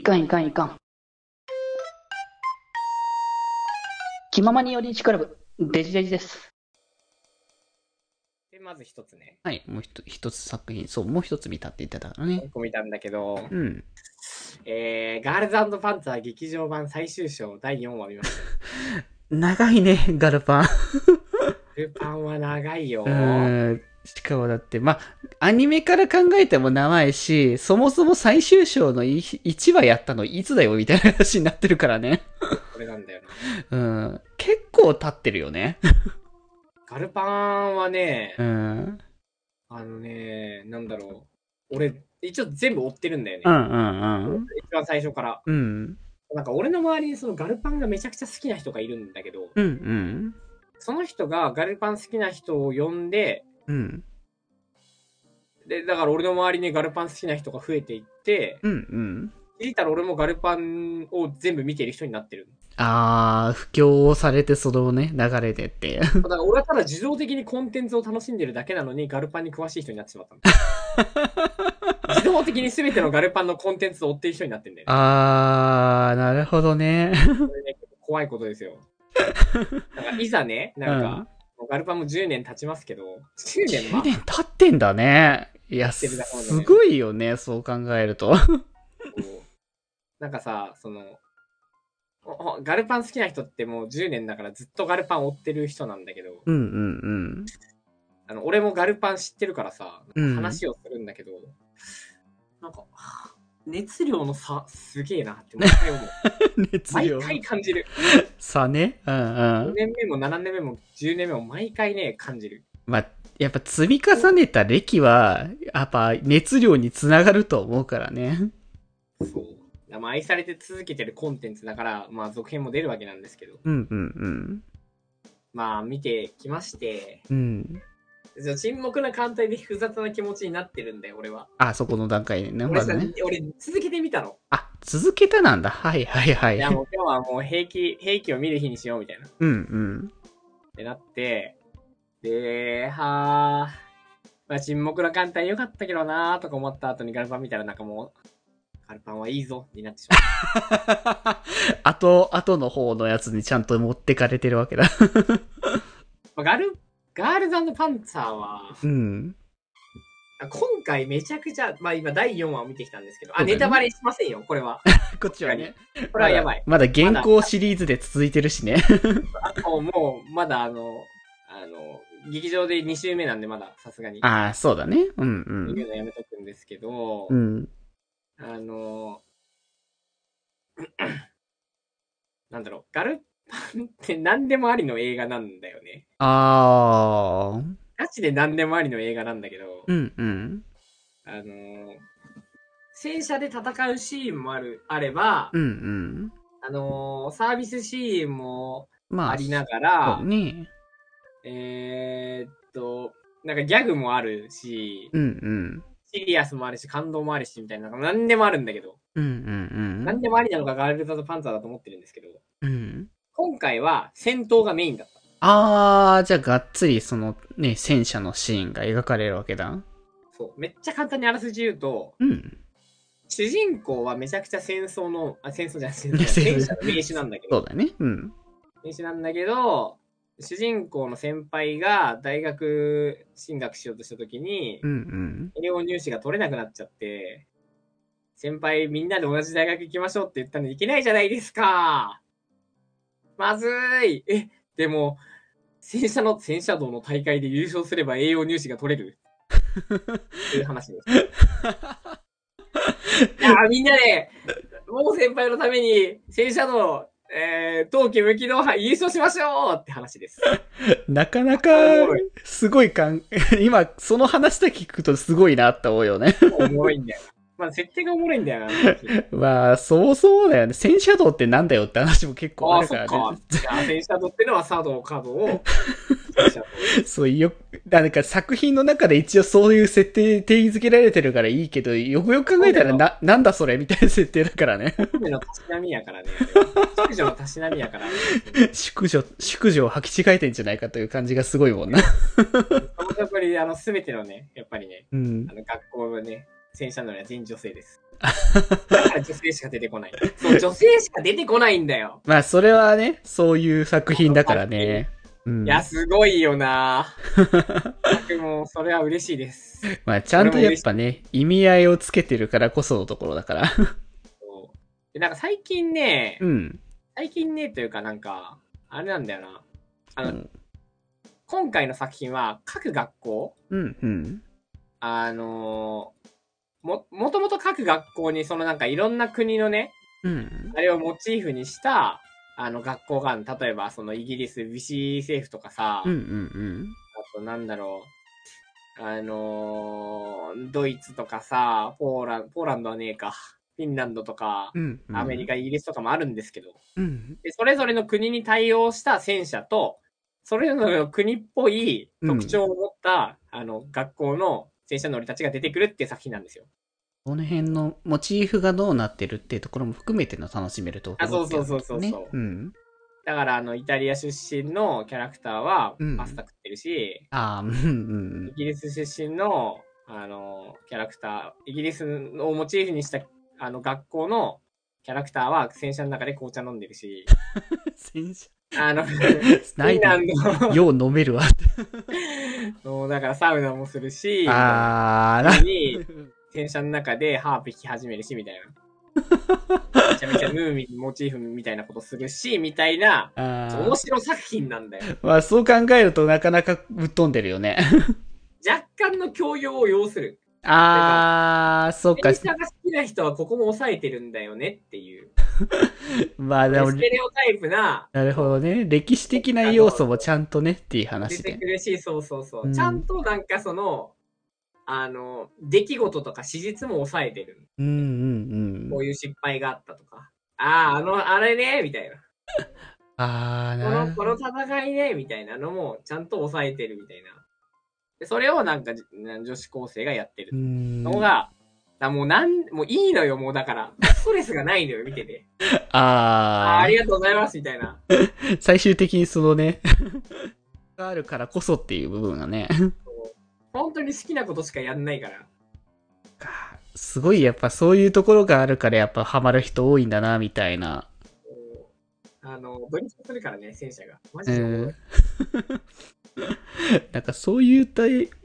かんいかんいかん。気ままに寄り道クラブ、デジデジです。 で、まず一つね。 はい、もう一つ作品、そう、もう一つ見たって言ってたからね。 一個見たんだけど、 うん。 ガールズパンツァー劇場版最終章第4話見ました。 長いね、ガルパン。 ルパンは長いよ。 しかもだって、まあ、アニメから考えても長いし、そもそも最終章の1話やったのいつだよみたいな話になってるからね。 これなんだようん。結構経ってるよね。 ガルパンはね、 うん。 なんだろう。俺、一応全部追ってるんだよね。 うんうんうん。 一番最初から。 うん。 なんか俺の周りにそのガルパンがめちゃくちゃ好きな人がいるんだけど、 うんうん。 その人がガルパン好きな人を呼んで、 うん。 で、だから俺の周りにガルパン好きな人が増えていって、 うんうん。 気づいたら俺もガルパンを全部見てる人になってる。 布教されてそのね、流れでって。 だから俺はただ自動的にコンテンツを楽しんでるだけなのにガルパンに詳しい人になってしまったの。自動的に全てのガルパンのコンテンツを追ってる人になってんだよね。 なるほどね。 これね、怖いことですよ。なんかいざね、なんか、ガルパンも10年経ちますけど、10年 10年経ってんだね。いや、すごいよね、そう考えると。 なんかさ、ガルパン好きな人ってもう10年だからずっとガルパン追ってる人なんだけど、 うんうんうん。俺もガルパン知ってるからさ、話をするんだけど、なんか、熱量の差すげえなって毎回思う。 熱量。 毎回感じる。 差ね。うんうん。 5年目も7年目も10年目も毎回ね、感じる。 まあ、やっぱ積み重ねた歴は、やっぱ熱量につながると思うからね。 そう。まあ、愛されて続けてるコンテンツだから、まあ続編も出るわけなんですけど。 うんうんうん。 まあ見てきまして、 うん。 沈黙な艦隊で複雑な気持ちになってるんだよ、俺は。 そこの段階でね。 俺続けてみたの。 続けたなんだ。はいはいはい。 いやもう今日はもう兵器を見る日にしようみたいな。 うんうん。 ってなって、で、まあ沈黙な艦隊良かったけどなーとか思った後にガルパン見たらなんかもう、ガルパンはいいぞになってしまった。後の方のやつにちゃんと持ってかれてるわけだ。 ガールズパンツァーは、 うん。 今回めちゃくちゃ、まあ今第4話を見てきたんですけど、 ね、 ネタバレしませんよ、これは。 こっちはね。 これはやばい。 まだ現行シリーズで続いてるしね。 もう、まだ劇場で2週目なんでまださすがに。 そうだね。うんうん。 言うのやめとくんですけど、 うん。 なんだろう、ガルパンって何でもありの映画なんだよね。ガチで何でもありの映画なんだけど、 うんうん。 戦車で戦うシーンもあれば、 うんうん。 サービスシーンもありながら、 そうね。 なんかギャグもあるし、 うんうん。 シリアスもあるし、感動もあるし、みたいな、何でもあるんだけど、 うんうんうん。 何でもありなのがガールズパンツァーだと思ってるんですけど、 うん。 今回は戦闘がメインだった。 じゃあがっつりそのね、戦車のシーンが描かれるわけだ。 そう。めっちゃ簡単にあらすじ言うと、 うん。 主人公はめちゃくちゃ戦争じゃない、戦車の名手なんだけど。 そうだね。うん。 名手なんだけど、主人公の先輩が大学進学しようとした時に、 うんうん。 医療入試が取れなくなっちゃって、先輩みんなで同じ大学行きましょうって言ったのにいけないじゃないですか。まずい。でも、戦車道の大会で優勝すれば栄養入試が取れる。っていう話です。いやみんなで、もう先輩のために、戦車道、冬季無機動杯優勝しましょうって話です。 なかなか、すごい今、その話だけ聞くとすごいなって思うよね。 おもろいんだよ。まあ、設定がおもろいんだよな。 まあ、そうだよね。戦車道ってなんだよって話も結構あるからね。 戦車道ってのは茶道、華道を、 そうなんか作品の中で一応そういう設定定義づけられてるからいいけど、よくよく考えたらなんだそれみたいな設定だからね。 乙女のたしなみやからね。淑女のたしなみやからね。 淑女を履き違えてんじゃないかという感じがすごいもんな。 やっぱり、すべてのね、やっぱりね、学校のね、 戦車乗りは全員女性です。だから女性しか出てこない。そう、女性しか出てこないんだよ。 まあ、それはね、そういう作品だからね。 うん、いや、すごいよなでも、それは嬉しいです。 まあ、ちゃんとやっぱね、意味合いをつけてるからこそのところだから。 そうでなんか最近ね、 うん。 最近ね、というかなんか、あれなんだよな。今回の作品は、各学校、 うんうん。 もともと各学校にそのなんかいろんな国のね、 うん、 あれをモチーフにした、学校がある。例えば、そのイギリス、ビシー政府とかさ、 うんうんうん。 あとなんだろう、ドイツとかさ、ポーランドはねえか、フィンランドとか、 うんうん、 アメリカ、イギリスとかもあるんですけど、 うん、 でそれぞれの国に対応した戦車と、それぞれの国っぽい特徴を持った、学校の戦車乗りたちが出てくるっていう作品なんですよ。 この辺のモチーフがどうなってるっていうところも含めての楽しめるところ、ね、 そうそう。 うん。 だからイタリア出身のキャラクターはパスタ食ってるし、イギリス出身の、キャラクター、イギリスをモチーフにした、学校のキャラクターは戦車の中で紅茶飲んでるし、 戦車フィンランドよう飲めるわ。 そうだからサウナもするし、戦車の中でハープ弾き始めるし、みたいな。めちゃめちゃムーミンモチーフみたいなことするし、みたいな、面白作品なんだよ。 まあそう考えるとなかなかぶっ飛んでるよね。 若干の教養を要する。 そうか。 戦車が好きな人はここも抑えてるんだよねっていう。 まあでも、 ステレオタイプな。 なるほどね。歴史的な要素もちゃんとねっていう話で。 出てくるし、そう。ちゃんとなんかその、出来事とか史実も抑えてる。 こういう失敗があったとか。あれね、みたいな。この戦いね、みたいなのもちゃんと抑えてるみたいな。でそれをなんか女子高生がやってるのが、もういいのよ、もうだから。ストレスがないのよ、見てて。ありがとうございます、みたいな。 最終的にそのね、があるからこそっていう部分がね。 本当に好きなことしかやんないから。 すごいやっぱそういうところがあるからやっぱハマる人多いんだな、みたいな。 ドリフトするからね、戦車が。マジで。 なんかそういった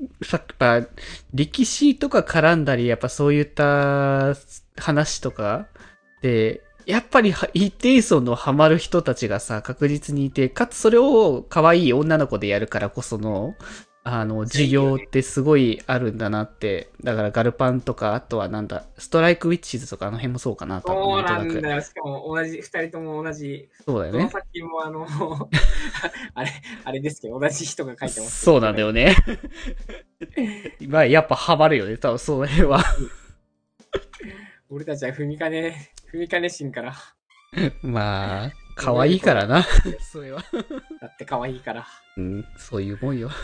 歴史とか絡んだり、やっぱそういった話とかで、やっぱり一定層のハマる人たちがさ、確実にいて、かつそれを可愛い女の子でやるからこその、授業ってすごいあるんだなって。だからガルパンとか、あとはなんだ、ストライクウィッチズとかあの辺もそうかなと思う。そうなんだよ。しかも二人とも同じ。 そうだよね。 どの作品もあれですけど、同じ人が書いてます。 そうなんだよね。まあやっぱハマるよね、多分その辺は。 俺たちは踏み金心から。 まあ、可愛いからな。それは。 だって可愛いから。 うん、そういうもんよ。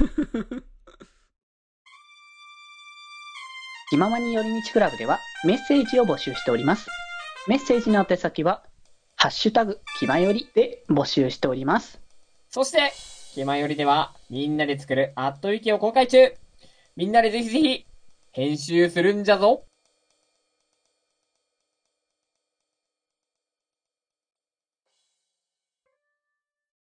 気ままに寄り道クラブではメッセージを募集しております。メッセージの宛先は、ハッシュタグ、気まよりで募集しております。 そして、気まよりでは、みんなで作るアットウィキを公開中。みんなでぜひぜひ、編集するんじゃぞ。